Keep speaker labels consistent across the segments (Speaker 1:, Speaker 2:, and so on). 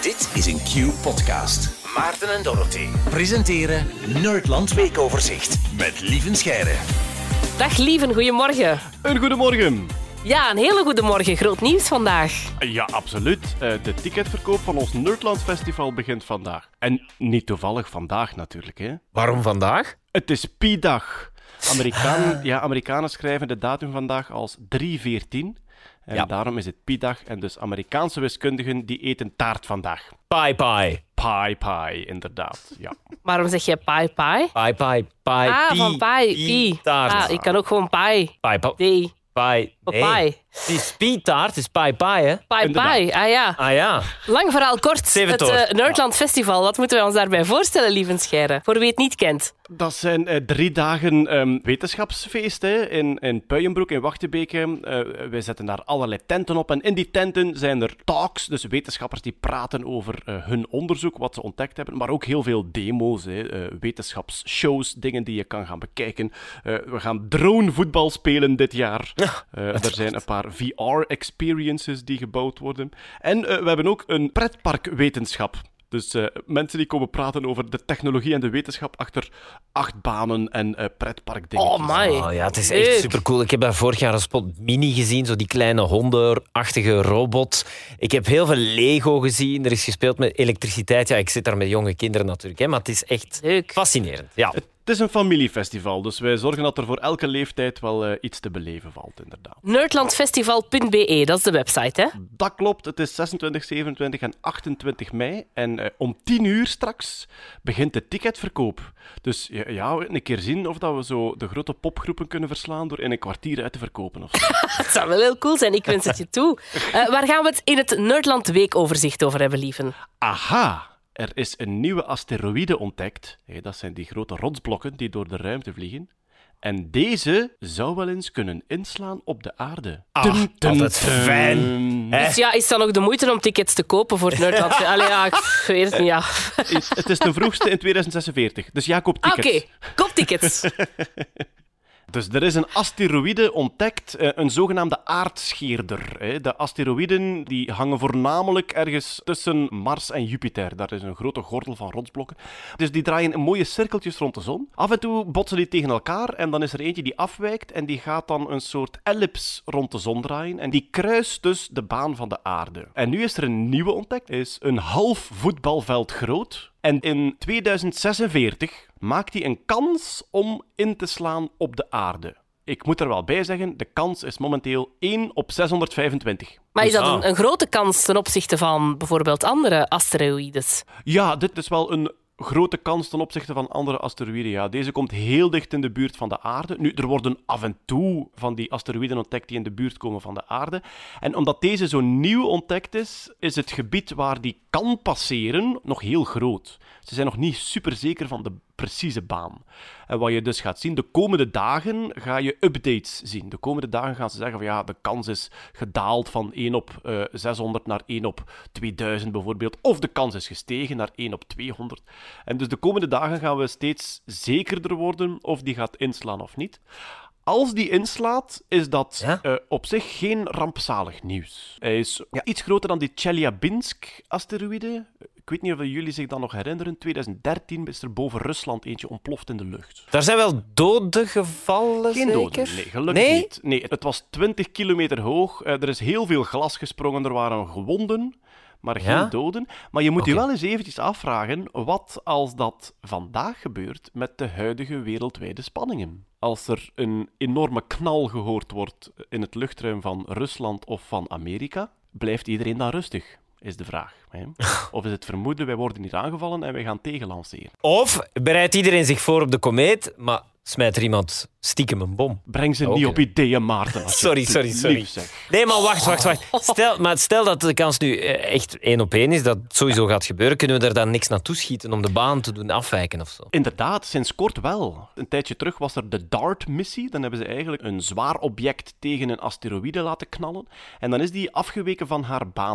Speaker 1: Dit is een Q-podcast. Maarten en Dorothee presenteren Nerdland Weekoverzicht met Lieven Scheire.
Speaker 2: Dag Lieven, goedemorgen.
Speaker 3: Een goedemorgen.
Speaker 2: Ja, een hele goede morgen. Groot nieuws vandaag.
Speaker 3: Ja, absoluut. De ticketverkoop van ons Nerdland Festival begint vandaag. En niet toevallig vandaag natuurlijk, hè.
Speaker 4: Waarom vandaag?
Speaker 3: Het is Pi-dag. Amerikanen schrijven de datum vandaag als 3/14. En daarom is het Pi-dag. En dus Amerikaanse wiskundigen die eten taart vandaag.
Speaker 4: Pi.
Speaker 3: Pi, inderdaad. Ja.
Speaker 2: Waarom zeg je pai?
Speaker 4: Pi.
Speaker 2: Van pi.
Speaker 4: Taart.
Speaker 2: Ik kan ook gewoon pai.
Speaker 4: Pi.
Speaker 2: Of pai.
Speaker 4: Die Pi-taart is pi, hè?
Speaker 2: Pai. Ah ja. Lang verhaal kort. Het Nerdland Festival. Wat moeten wij ons daarbij voorstellen, Lieven Scheire? Voor wie het niet kent.
Speaker 3: Dat zijn 3 dagen wetenschapsfeest in Puijenbroek, in Wachtebeke. Wij zetten daar allerlei tenten op. En in die tenten zijn er talks, dus wetenschappers die praten over hun onderzoek, wat ze ontdekt hebben. Maar ook heel veel demo's, wetenschapsshows, dingen die je kan gaan bekijken. We gaan dronevoetbal spelen dit jaar. Er zijn een paar VR-experiences die gebouwd worden. En we hebben ook een pretparkwetenschap. Dus mensen die komen praten over de technologie en de wetenschap achter achtbanen en pretparkdingen.
Speaker 2: Oh my.
Speaker 4: Oh ja, het is echt supercool. Ik heb daar vorig jaar een Spot Mini gezien, zo die kleine hondenachtige robot. Ik heb heel veel Lego gezien. Er is gespeeld met elektriciteit. Ja, ik zit daar met jonge kinderen natuurlijk, hè, maar het is echt
Speaker 2: leuk.
Speaker 4: Fascinerend. Ja.
Speaker 3: Het is een familiefestival, dus wij zorgen dat er voor elke leeftijd wel iets te beleven valt, inderdaad.
Speaker 2: Nerdlandfestival.be, dat is de website, hè?
Speaker 3: Dat klopt, het is 26, 27 en 28 mei. En om 10 uur straks begint de ticketverkoop. Dus een keer zien of dat we zo de grote popgroepen kunnen verslaan door in een kwartier uit te verkopen. Of zo.
Speaker 2: Dat zou wel heel cool zijn, ik wens het je toe. Waar gaan we het in het Nerdland Weekoverzicht over hebben, Lieven?
Speaker 3: Aha! Er is een nieuwe asteroïde ontdekt. Dat zijn die grote rotsblokken die door de ruimte vliegen. En deze zou wel eens kunnen inslaan op de aarde.
Speaker 4: Altijd fijn.
Speaker 2: Dus ja, is dat nog de moeite om tickets te kopen voor het Nerdland? Allee, ja, ik weet het niet, ja.
Speaker 3: Het is de vroegste in 2046, dus ja, koop tickets.
Speaker 2: Oké, koop tickets.
Speaker 3: Dus er is een asteroïde ontdekt, een zogenaamde aardscheerder. De asteroïden die hangen voornamelijk ergens tussen Mars en Jupiter. Daar is een grote gordel van rotsblokken. Dus die draaien in mooie cirkeltjes rond de zon. Af en toe botsen die tegen elkaar en dan is er eentje die afwijkt en die gaat dan een soort ellips rond de zon draaien. En die kruist dus de baan van de aarde. En nu is er een nieuwe ontdekt. Is een half voetbalveld groot. En in 2046 maakt hij een kans om in te slaan op de aarde. Ik moet er wel bij zeggen, de kans is momenteel 1 op 625.
Speaker 2: Maar is dat een grote kans ten opzichte van bijvoorbeeld andere asteroïdes?
Speaker 3: Ja, dit is wel een grote kans ten opzichte van andere asteroïden. Ja, deze komt heel dicht in de buurt van de aarde. Nu, er worden af en toe van die asteroïden ontdekt die in de buurt komen van de aarde. En omdat deze zo nieuw ontdekt is het gebied waar die kan passeren nog heel groot. Ze zijn nog niet super zeker van de precieze baan. En wat je dus gaat zien, de komende dagen ga je updates zien. De komende dagen gaan ze zeggen van ja, de kans is gedaald van 1 op 600 naar 1 op 2000 bijvoorbeeld. Of de kans is gestegen naar 1 op 200. En dus de komende dagen gaan we steeds zekerder worden of die gaat inslaan of niet. Als die inslaat, is dat op zich geen rampzalig nieuws. Hij is iets groter dan die Chelyabinsk-asteroïde. Ik weet niet of jullie zich dat nog herinneren. 2013 is er boven Rusland eentje ontploft in de lucht.
Speaker 4: Daar zijn wel doden gevallen,
Speaker 3: Geen
Speaker 4: zeker?
Speaker 3: doden, nee, gelukkig niet. Nee, het was 20 kilometer hoog. Er is heel veel glas gesprongen. Er waren gewonden, maar geen doden. Maar je moet je wel eens eventjes afvragen, wat als dat vandaag gebeurt met de huidige wereldwijde spanningen? Als er een enorme knal gehoord wordt in het luchtruim van Rusland of van Amerika, blijft iedereen dan rustig? Is de vraag. Hè? Of is het vermoeden, wij worden hier aangevallen en wij gaan tegenlanceren?
Speaker 4: Of bereidt iedereen zich voor op de komeet, maar smijt er iemand stiekem een bom?
Speaker 3: Breng ze niet op ideeën, Maarten.
Speaker 4: Sorry. Nee, maar wacht. Stel dat de kans nu echt 1 op 1 is, dat het sowieso gaat gebeuren, kunnen we er dan niks naartoe schieten om de baan te doen afwijken of zo?
Speaker 3: Inderdaad, sinds kort wel. Een tijdje terug was er de DART-missie. Dan hebben ze eigenlijk een zwaar object tegen een asteroïde laten knallen. En dan is die afgeweken van haar baan.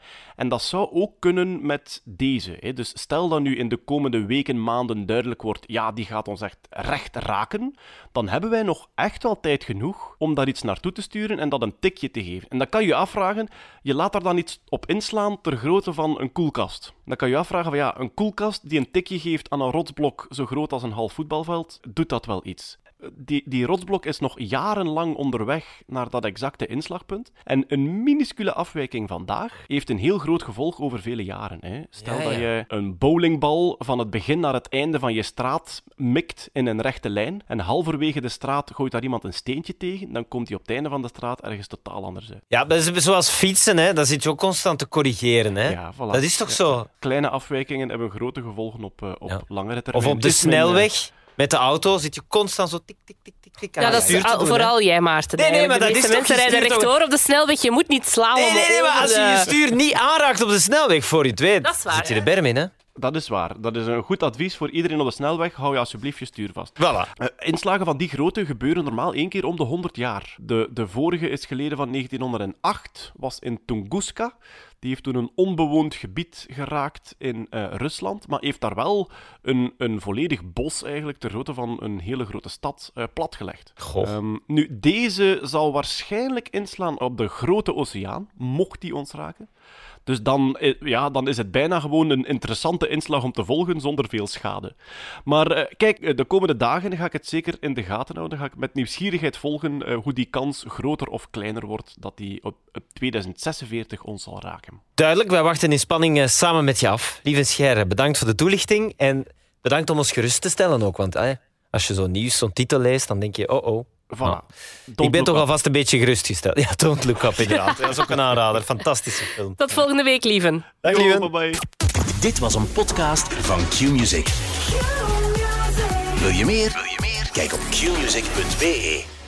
Speaker 3: En dat zou ook kunnen met deze. Hè. Dus stel dat nu in de komende weken, maanden duidelijk wordt, ja, die gaat ons echt recht raken, dan hebben wij nog echt wel tijd genoeg om daar iets naartoe te sturen en dat een tikje te geven. En dan kan je afvragen, je laat daar dan iets op inslaan ter grootte van een koelkast. Dan kan je afvragen van ja, een koelkast die een tikje geeft aan een rotsblok zo groot als een half voetbalveld, doet dat wel iets? Die rotsblok is nog jarenlang onderweg naar dat exacte inslagpunt. En een minuscule afwijking vandaag heeft een heel groot gevolg over vele jaren. Hè. Stel dat je een bowlingbal van het begin naar het einde van je straat mikt in een rechte lijn en halverwege de straat gooit daar iemand een steentje tegen, dan komt hij op het einde van de straat ergens totaal anders uit.
Speaker 4: Ja, dat is zoals fietsen, hè. Dat zit je ook constant te corrigeren. Hè.
Speaker 3: Ja, voilà.
Speaker 4: Dat is toch zo?
Speaker 3: Kleine afwijkingen hebben grote gevolgen op langere termijn.
Speaker 4: Of op de snelweg. Met de auto zit je constant zo tik, tik, tik, tik, tik aan
Speaker 2: dat is vooral jij, Maarten.
Speaker 4: Nee, maar dat is toch...
Speaker 2: Mensen rijden rechtdoor op de snelweg. Je moet niet slaan.
Speaker 4: Nee, maar als je je stuur niet aanraakt op de snelweg, voor je het weet,
Speaker 2: dat is waar,
Speaker 4: zit je de berm in, hè?
Speaker 3: Dat is waar. Dat is een goed advies voor iedereen op de snelweg. Hou je alsjeblieft je stuur vast.
Speaker 4: Voilà.
Speaker 3: Inslagen van die grootte gebeuren normaal 1 keer om de 100 jaar. De vorige is geleden van 1908, was in Tunguska. Die heeft toen een onbewoond gebied geraakt in Rusland, maar heeft daar wel een volledig bos eigenlijk ter grootte van een hele grote stad platgelegd. Nu, deze zal waarschijnlijk inslaan op de grote oceaan, mocht die ons raken. Dus dan is het bijna gewoon een interessante inslag om te volgen zonder veel schade. Maar kijk, de komende dagen ga ik het zeker in de gaten houden. Ga ik met nieuwsgierigheid volgen hoe die kans groter of kleiner wordt dat die op 2046 ons zal raken.
Speaker 4: Duidelijk, wij wachten in spanning samen met je af. Lieve Scheire, bedankt voor de toelichting en bedankt om ons gerust te stellen ook. Want als je zo'n nieuws, zo'n titel leest, dan denk je, oh.
Speaker 3: Voilà.
Speaker 4: Ik ben toch alvast een beetje gerustgesteld. Ja, Don't Look Up, inderdaad. Dat is ook een aanrader. Fantastische film.
Speaker 2: Tot volgende week, lieven.
Speaker 4: Dag, lieven.
Speaker 3: Bye.
Speaker 1: Dit was een podcast van Q-Music. Wil je meer? Kijk op qmusic.be.